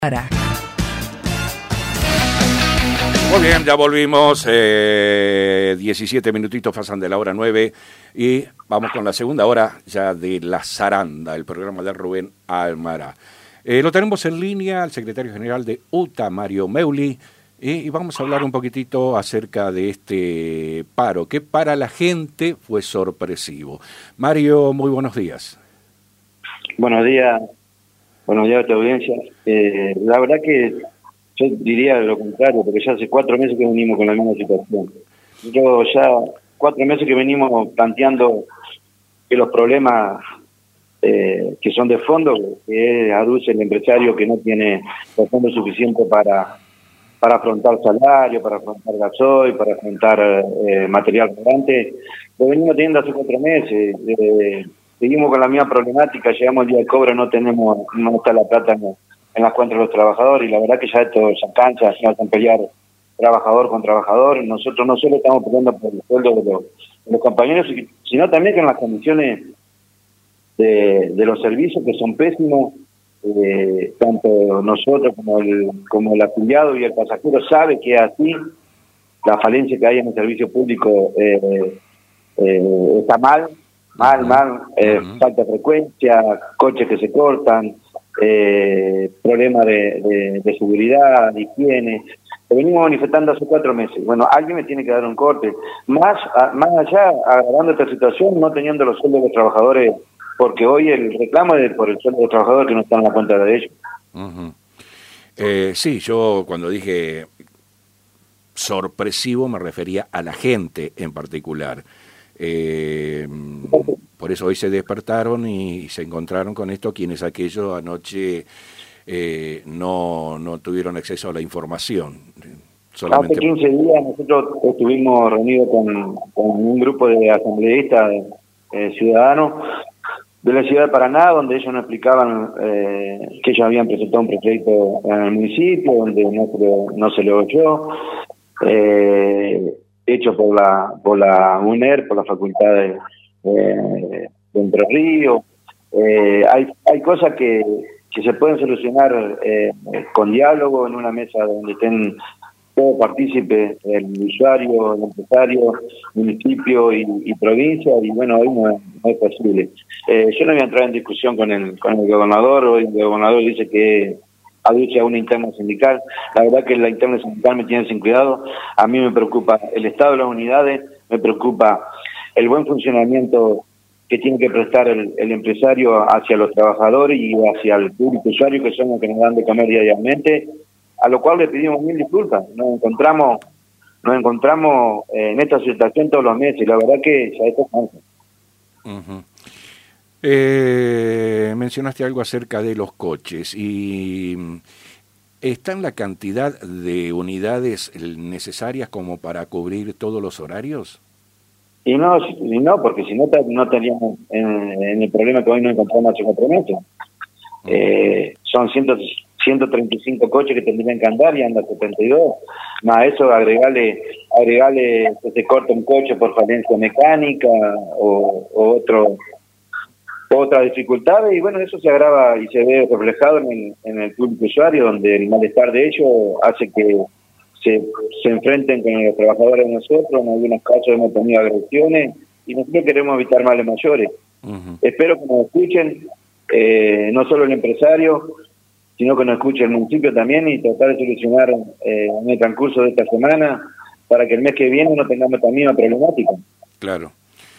Para. Muy bien, ya volvimos, 17 minutitos pasan de la hora 9 y vamos con la segunda hora ya de La Zaranda, el programa de Rubén Almará. Lo tenemos en línea al secretario general de UTA, Mario Meuli, y vamos a hablar un poquitito acerca de este paro, que para la gente fue sorpresivo. Mario, muy buenos días. Buenos días a tu audiencia. La verdad que yo diría lo contrario, porque ya hace 4 meses que venimos con la misma situación. Yo ya 4 meses que venimos planteando que los problemas que son de fondo, que aduce el empresario que no tiene los fondos suficientes para afrontar salario, para afrontar gasoil, para afrontar material rodante, lo venimos teniendo hace 4 meses. Seguimos con la misma problemática, llegamos al día del cobro, no está la plata en las cuentas de los trabajadores, y la verdad que ya esto se cansa, se hacen pelear trabajador con trabajador. Nosotros no solo estamos peleando por el sueldo de los compañeros, sino también con las condiciones de los servicios, que son pésimos. Tanto nosotros como el afiliado y el pasajero sabe que es así. La falencia que hay en el servicio público está mal, falta frecuencia, coches que se cortan, problemas de seguridad, de higiene. Lo venimos manifestando hace 4 meses. Bueno, alguien me tiene que dar un corte. Más allá, agravando esta situación, no teniendo los sueldos de los trabajadores, porque hoy el reclamo es por el sueldo de los trabajadores que no están en la cuenta de ellos. Sí, yo cuando dije sorpresivo me refería a la gente en particular. Por eso hoy se despertaron y se encontraron con esto quienes aquello anoche no tuvieron acceso a la información. Solamente... Hace 15 días nosotros estuvimos reunidos con un grupo de asambleístas ciudadanos de la ciudad de Paraná, donde ellos nos explicaban que ellos habían presentado un proyecto en el municipio, donde no se le oyó, hecho por la UNER, por la Facultad de Entre Ríos. Hay cosas que se pueden solucionar con diálogo, en una mesa donde estén todos partícipes, el usuario, el empresario, municipio y provincia, y bueno, hoy no es posible. Yo no voy a entrar en discusión con el gobernador. Hoy el gobernador dice que aduce a una interna sindical. La verdad que la interna sindical me tiene sin cuidado. A mí me preocupa el estado de las unidades, me preocupa el buen funcionamiento que tiene que prestar el empresario hacia los trabajadores y hacia el público usuario, que son los que nos dan de comer diariamente, a lo cual le pedimos 1000 disculpas. Nos encontramos en esta situación todos los meses, y la verdad que ya esto cansa. Mencionaste algo acerca de los coches y ¿está en la cantidad de unidades necesarias como para cubrir todos los horarios? Y no, porque si no estaríamos en el problema que hoy nos encontramos hace 4 meses. Son 135 coches que tendrían que andar y andan 72. Más eso, agregarle que se corta un coche por falencia mecánica o otras dificultades, y bueno, eso se agrava y se ve reflejado en el público usuario, donde el malestar de ellos hace que se enfrenten con los trabajadores de nosotros. En algunos casos hemos tenido agresiones y nosotros queremos evitar males mayores. Espero que nos escuchen, no solo el empresario, sino que nos escuche el municipio también, y tratar de solucionar en el transcurso de esta semana, para que el mes que viene no tengamos esta misma problemática. Claro.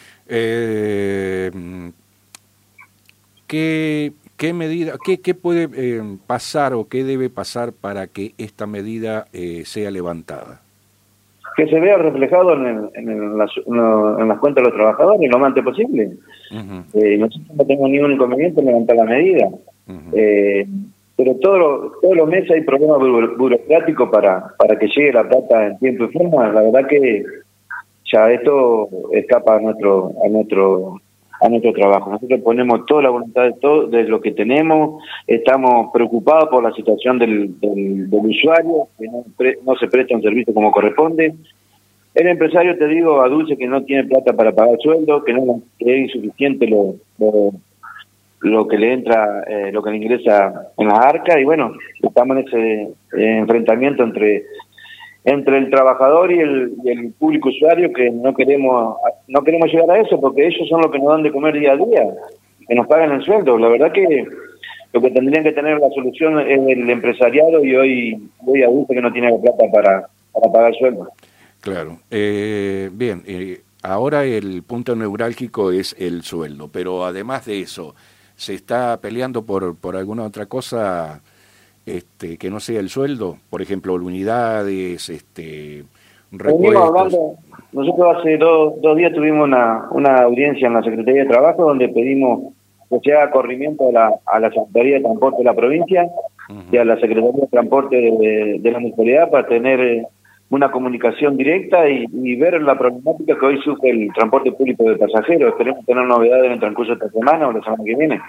¿Qué medida, qué puede pasar o qué debe pasar para que esta medida sea levantada? Que se vea reflejado en las cuentas de los trabajadores lo más antes posible. Nosotros no tenemos ningún inconveniente en levantar la medida. Pero todos los meses hay problemas burocráticos para que llegue la plata en tiempo y forma. La verdad que ya esto escapa a nuestro trabajo. Nosotros ponemos toda la voluntad de lo que tenemos. Estamos preocupados por la situación del usuario, que no se presta un servicio como corresponde. El empresario, te digo, aduce que no tiene plata para pagar sueldo, que es insuficiente lo que le entra, lo que le ingresa en las arcas, y bueno, estamos en ese enfrentamiento entre el trabajador y el público usuario, que no queremos llegar a eso, porque ellos son los que nos dan de comer día a día, que nos pagan el sueldo. La verdad que lo que tendrían que tener la solución es el empresariado, y hoy adulto que no tiene la plata para pagar sueldo. Claro. Bien, ahora el punto neurálgico es el sueldo, pero además de eso, ¿se está peleando por alguna otra cosa que no sea el sueldo? Por ejemplo, unidades, repuestos. Nosotros hace dos días tuvimos una audiencia en la Secretaría de Trabajo, donde pedimos que se haga corrimiento a la Secretaría de Transporte de la provincia y a la Secretaría de Transporte de la municipalidad, para tener una comunicación directa y ver la problemática que hoy sufre el transporte público de pasajeros. Esperemos tener novedades en el transcurso de esta semana o la semana que viene.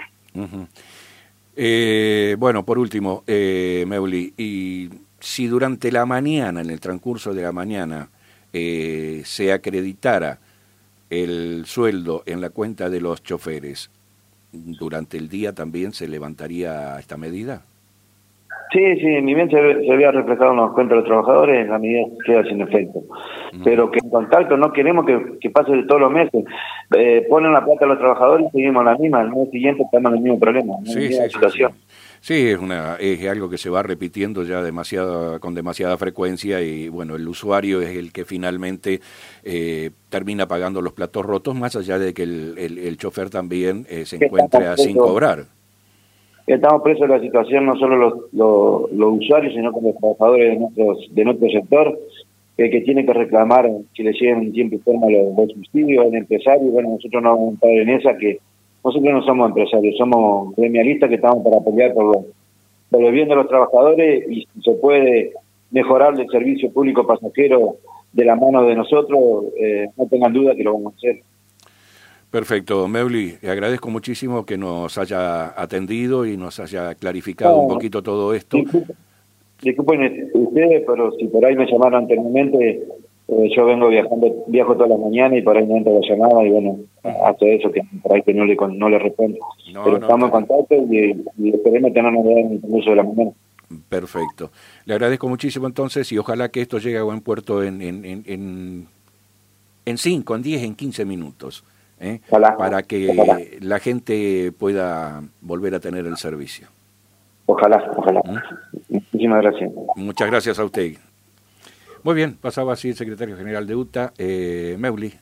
Bueno, por último, Meuli, y si durante la mañana, en el transcurso de la mañana, se acreditara el sueldo en la cuenta de los choferes, ¿durante el día también se levantaría esta medida? Sí, ni bien se había reflejado en los cuentas de los trabajadores, la medida queda sin efecto. Pero que en contacto no queremos que pase de todos los meses. Ponen la plata a los trabajadores y seguimos la misma. El mes siguiente estamos en el mismo problema, en la misma situación. Sí, es algo que se va repitiendo ya con demasiada frecuencia, y bueno, el usuario es el que finalmente termina pagando los platos rotos, más allá de que el chofer también se encuentre sin cobrar. Estamos presos de la situación, no solo los usuarios, sino como los trabajadores de nuestro sector, que tienen que reclamar que le lleguen en tiempo y forma los subsidios al empresario. Bueno, nosotros no vamos a entrar en esa, que nosotros no somos empresarios, somos gremialistas que estamos para pelear por el bien de los trabajadores, y si se puede mejorar el servicio público pasajero de la mano de nosotros, no tengan duda que lo vamos a hacer. Perfecto, Meuli, le agradezco muchísimo que nos haya atendido y nos haya clarificado un poquito todo esto. Disculpen ustedes, pero si por ahí me llamaron anteriormente, yo viajo todas las mañanas y por ahí no entra la llamada, y bueno, hasta eso que por ahí que no le respondo. Pero estamos en contacto y esperemos tener novedades en el curso de la mañana. Perfecto. Le agradezco muchísimo entonces, y ojalá que esto llegue a buen puerto en 5, en 10, en 15 minutos. Para que la gente pueda volver a tener el servicio. Ojalá. Muchísimas gracias. Muchas gracias a usted. Muy bien, pasaba así el secretario general de UTA, Meuli,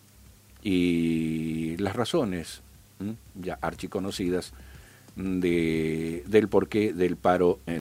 y las razones ya archiconocidas del porqué del paro